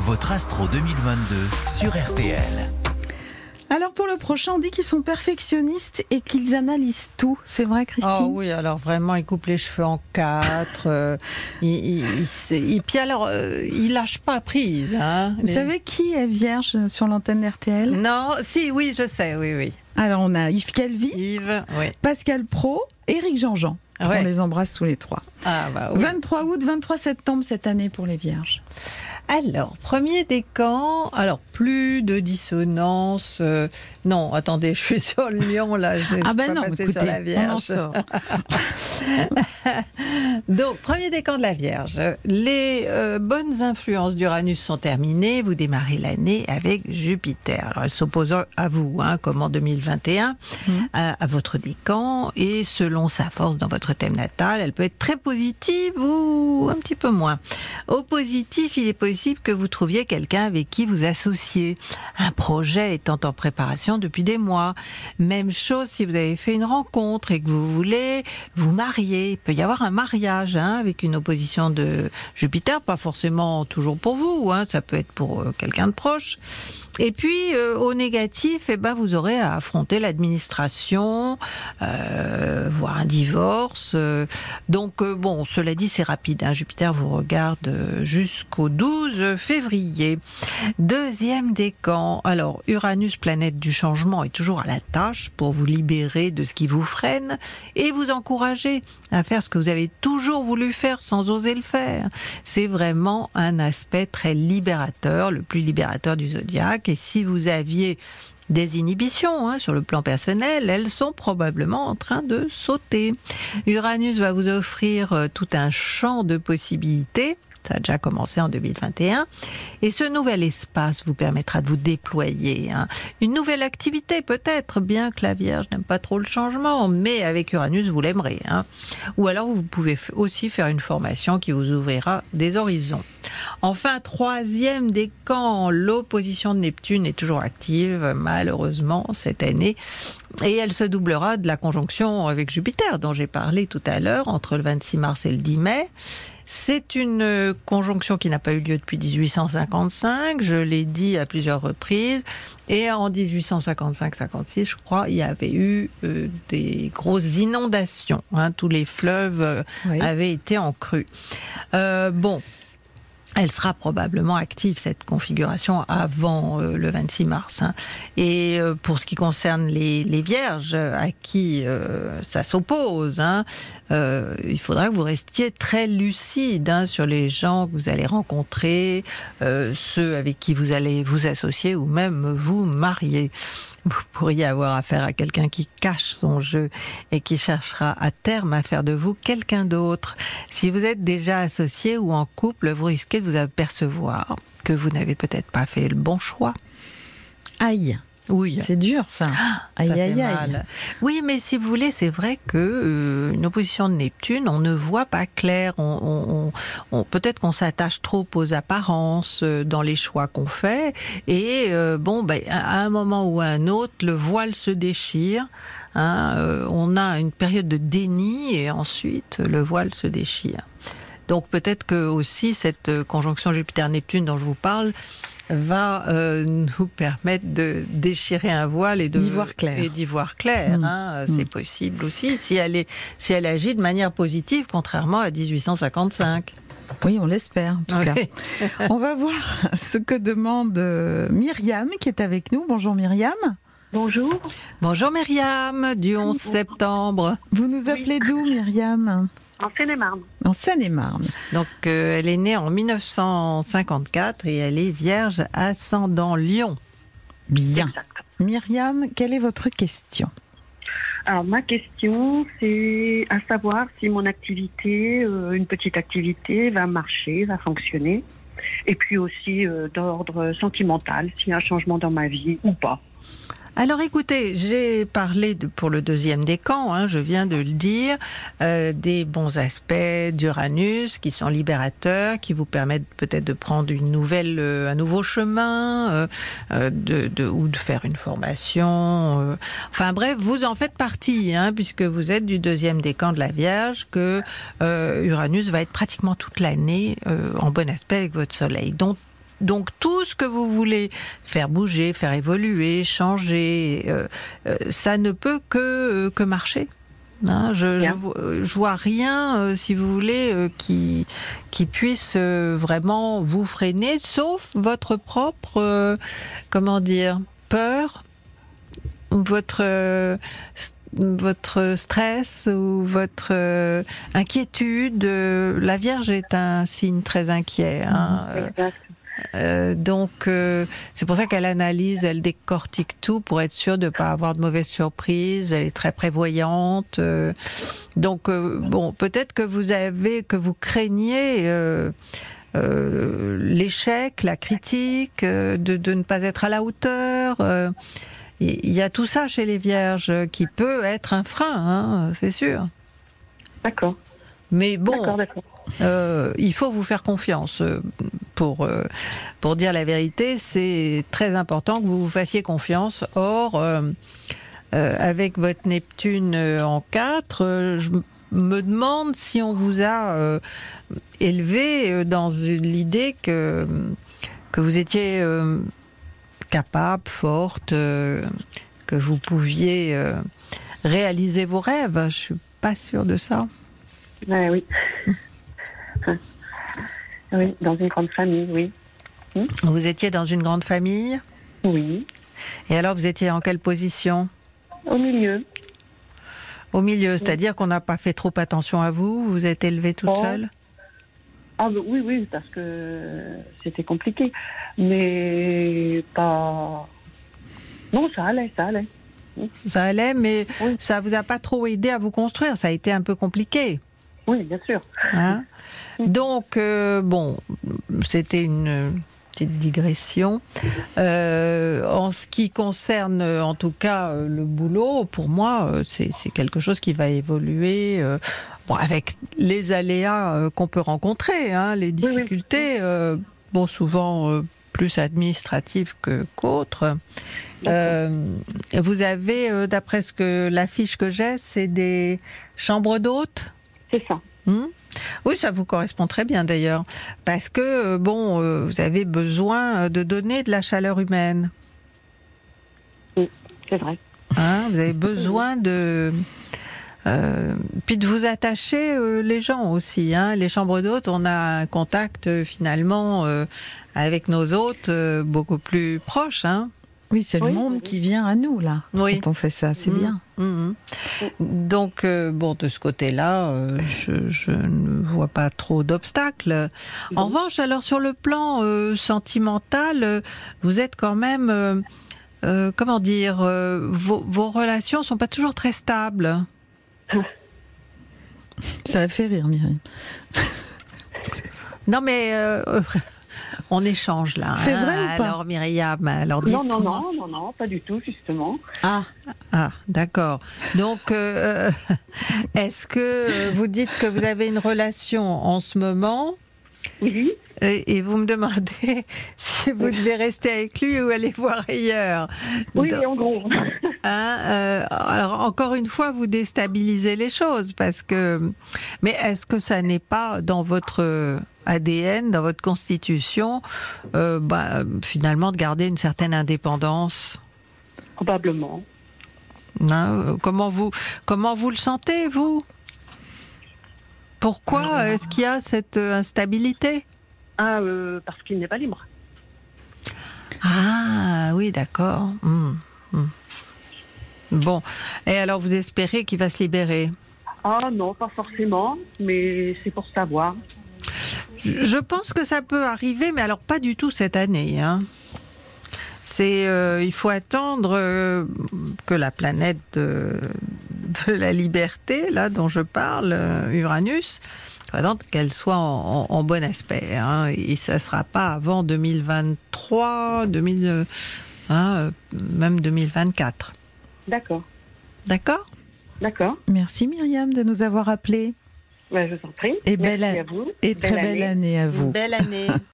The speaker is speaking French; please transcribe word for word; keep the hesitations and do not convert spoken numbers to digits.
votre Astro deux mille vingt-deux sur R T L. Alors pour le prochain, on dit qu'ils sont perfectionnistes et qu'ils analysent tout. C'est vrai, Christine ? Oh oui, alors vraiment, ils coupent les cheveux en quatre. euh, ils, ils, ils, ils- puis alors, euh, ils lâchent pas prise. Hein, Vous les... savez qui est vierge sur l'antenne R T L ? Non, si, oui, je sais, oui, oui. Alors on a Yves Calvi, Yves, oui. Pascal Praud, Éric Jean-Jean. Ouais. On les embrasse tous les trois. Ah bah oui. vingt-trois août, vingt-trois septembre cette année pour les vierges. Alors, premier décan, alors plus de dissonance. euh, non, attendez, je suis sur le lion là, je vais Ah ben pas non, passer écoutez, sur la on en Vierge. sort. Donc, premier décan de la Vierge. Les euh, bonnes influences d'Uranus sont terminées. Vous démarrez l'année avec Jupiter. Alors, elle s'oppose à vous, hein, comme en deux mille vingt et un, Mmh. à, à votre décan. Et selon sa force dans votre thème natal, elle peut être très positive ou un petit peu moins. Au positif, il est possible que vous trouviez quelqu'un avec qui vous associer. Un projet étant en préparation depuis des mois. Même chose si vous avez fait une rencontre et que vous voulez vous marier. Il peut y avoir un mariage hein, avec une opposition de Jupiter, pas forcément toujours pour vous, hein, ça peut être pour euh, quelqu'un de proche. Et puis, euh, au négatif, eh ben, vous aurez à affronter l'administration, euh, voire un divorce. euh. Donc, euh, bon, cela dit, c'est rapide. Hein. Jupiter vous regarde euh, jusqu'au douze février. Deuxième décan. Alors, Uranus, planète du changement, est toujours à la tâche pour vous libérer de ce qui vous freine et vous encourager à faire ce que vous avez toujours voulu faire sans oser le faire. C'est vraiment un aspect très libérateur, le plus libérateur du zodiaque. Et si vous aviez des inhibitions hein, sur le plan personnel, elles sont probablement en train de sauter. Uranus va vous offrir euh, tout un champ de possibilités. Ça a déjà commencé en deux mille vingt et un. Et ce nouvel espace vous permettra de vous déployer. Hein. Une nouvelle activité peut-être, bien que la Vierge n'aime pas trop le changement, mais avec Uranus, vous l'aimerez. Hein. Ou alors vous pouvez aussi faire une formation qui vous ouvrira des horizons. Enfin, troisième décan, l'opposition de Neptune est toujours active, malheureusement, cette année. Et elle se doublera de la conjonction avec Jupiter, dont j'ai parlé tout à l'heure, entre le vingt-six mars et le dix mai. C'est une conjonction qui n'a pas eu lieu depuis dix-huit cent cinquante-cinq, je l'ai dit à plusieurs reprises, et en dix-huit cent cinquante-cinq cinquante-six, je crois, il y avait eu euh, des grosses inondations, hein, tous les fleuves euh, Oui. avaient été en crue. Euh, bon, elle sera probablement active, cette configuration, avant euh, le vingt-six mars. Hein. Et euh, pour ce qui concerne les, les vierges, à qui euh, ça s'oppose, hein, euh, il faudra que vous restiez très lucide hein, sur les gens que vous allez rencontrer, euh, ceux avec qui vous allez vous associer ou même vous marier. Vous pourriez avoir affaire à quelqu'un qui cache son jeu et qui cherchera à terme à faire de vous quelqu'un d'autre. Si vous êtes déjà associé ou en couple, vous risquez de vous apercevoir que vous n'avez peut-être pas fait le bon choix. Aïe, Oui. c'est dur ça. Aïe, Ça fait aïe, aïe. mal. Oui, mais si vous voulez, c'est vrai que euh, une opposition de Neptune, on ne voit pas clair. On, on, on, peut-être qu'on s'attache trop aux apparences euh, dans les choix qu'on fait. Et euh, bon, ben, à un moment ou à un autre, le voile se déchire. Hein, euh, on a une période de déni et ensuite le voile se déchire. Donc peut-être que aussi cette conjonction Jupiter-Neptune dont je vous parle va euh, nous permettre de déchirer un voile et de D'y voir clair. Et d'y voir clair. Mmh. Hein, Mmh. c'est possible aussi si elle est si elle agit de manière positive, contrairement à dix-huit cent cinquante-cinq. Oui, on l'espère en tout Oui. cas. On va voir ce que demande euh, Myriam qui est avec nous. Bonjour Myriam. Bonjour. Bonjour Myriam, du onze septembre. Vous nous appelez d'où Myriam ? En Seine-et-Marne. En Seine-et-Marne. Donc euh, elle est née en mille neuf cent cinquante-quatre et elle est vierge ascendant Lion. Bien. Exact. Myriam, quelle est votre question ? Alors, ma question, c'est à savoir si mon activité, euh, une petite activité, va marcher, va fonctionner. Et puis aussi euh, d'ordre sentimental, s'il y a un changement dans ma vie ou pas. Alors écoutez, j'ai parlé de, pour le deuxième décan, hein, je viens de le dire, euh, des bons aspects d'Uranus qui sont libérateurs, qui vous permettent peut-être de prendre une nouvelle, euh, un nouveau chemin, euh, euh, de, de, ou de faire une formation. Euh, enfin bref, vous en faites partie, hein, puisque vous êtes du deuxième décan de la Vierge, que euh, Uranus va être pratiquement toute l'année euh, en bon aspect avec votre Soleil. Donc donc tout ce que vous voulez faire bouger, faire évoluer, changer, euh, euh, ça ne peut que, que marcher. Hein, je, je, je vois rien, euh, si vous voulez, euh, qui, qui puisse euh, vraiment vous freiner, sauf votre propre, euh, comment dire, peur, votre, euh, votre stress ou votre euh, inquiétude. Euh, la Vierge est un signe très inquiet. Hein, Exact. Euh, donc euh, c'est pour ça qu'elle analyse, elle décortique tout pour être sûre de ne pas avoir de mauvaises surprises. Elle est très prévoyante. Euh, donc euh, bon, peut-être que vous avez, que vous craignez euh, euh, l'échec, la critique, euh, de, de ne pas être à la hauteur. Euh, il y a tout ça chez les Vierges qui peut être un frein, hein, c'est sûr. D'accord. Mais bon. D'accord, d'accord. Euh, il faut vous faire confiance. Pour, euh, pour dire la vérité, c'est très important que vous vous fassiez confiance. Or, euh, euh, avec votre Neptune en quatre, euh, je me demande si on vous a euh, élevé dans l'idée que, que vous étiez euh, capable, forte, euh, que vous pouviez euh, réaliser vos rêves. Je suis pas sûre de ça. Ouais, oui. Oui, dans une grande famille, oui. Hmm? Vous étiez dans une grande famille ? Oui. Et alors, vous étiez en quelle position ? Au milieu. Au milieu, c'est-à-dire qu'on n'a pas fait trop attention à vous ? Vous êtes élevée toute Oh. seule ? Ah bah, oui, oui, parce que c'était compliqué. Mais pas... Non, ça allait, ça allait. Ça allait, mais Oui. ça vous a pas trop aidé à vous construire. Ça a été un peu compliqué. Oui, bien sûr. Hein ? Donc, euh, bon, c'était une petite digression. Euh, en ce qui concerne, en tout cas, le boulot, pour moi, c'est, c'est quelque chose qui va évoluer euh, bon, avec les aléas euh, qu'on peut rencontrer, hein, les difficultés, oui, oui. Euh, bon, souvent euh, plus administratives que, qu'autres. Euh, vous avez, euh, d'après ce que la fiche que j'ai, c'est des chambres d'hôtes ? C'est ça. Hum Oui, ça vous correspond très bien d'ailleurs, parce que bon, euh, vous avez besoin de donner de la chaleur humaine. Oui, c'est vrai. Hein, vous avez besoin de, euh, puis de vous attacher euh, les gens aussi. Hein. Les chambres d'hôtes, on a un contact euh, finalement euh, avec nos hôtes euh, beaucoup plus proche. Hein. Oui, c'est le oui, monde oui. qui vient à nous, là, oui. quand on fait ça, c'est mmh, bien. Mmh. Donc, euh, bon, de ce côté-là, euh, je, je ne vois pas trop d'obstacles. Mmh. En revanche, alors, sur le plan euh, sentimental, euh, vous êtes quand même, euh, euh, comment dire, euh, vos, vos relations ne sont pas toujours très stables. Ça a fait rire, Myriam. Non, mais... Euh, on échange là. C'est hein. vrai ou pas ? Alors Myriam, alors Non, non, dites-moi. non, non, non, pas du tout, justement. Ah, ah d'accord. Donc, euh, est-ce que vous dites que vous avez une relation en ce moment ? Oui. Et, et vous me demandez si vous devez rester avec lui ou aller voir ailleurs. Oui, Donc, en gros. Hein, euh, alors encore une fois, vous déstabilisez les choses parce que. Mais est-ce que ça n'est pas dans votre A D N, dans votre constitution, euh, bah, finalement de garder une certaine indépendance ? Probablement. Hein, comment vous comment vous le sentez, vous ? Pourquoi euh... est-ce qu'il y a cette instabilité ? Ah, euh, parce qu'il n'est pas libre. Ah oui, d'accord. Mmh, mmh. Bon, et alors vous espérez qu'il va se libérer ? Ah non, pas forcément, mais c'est pour savoir. Je pense que ça peut arriver, mais alors pas du tout cette année. Hein. C'est, euh, il faut attendre euh, que la planète de, de la liberté, là dont je parle, euh, Uranus, il faut attendre qu'elle soit en, en, en bon aspect. Hein, et ça ne sera pas avant deux mille vingt-trois, deux mille, hein, même deux mille vingt-quatre. D'accord. D'accord ? D'accord. Merci Myriam de nous avoir appelés. Ben, je vous en prie. Et Merci belle à vous. Et très belle année, année à vous. Belle année.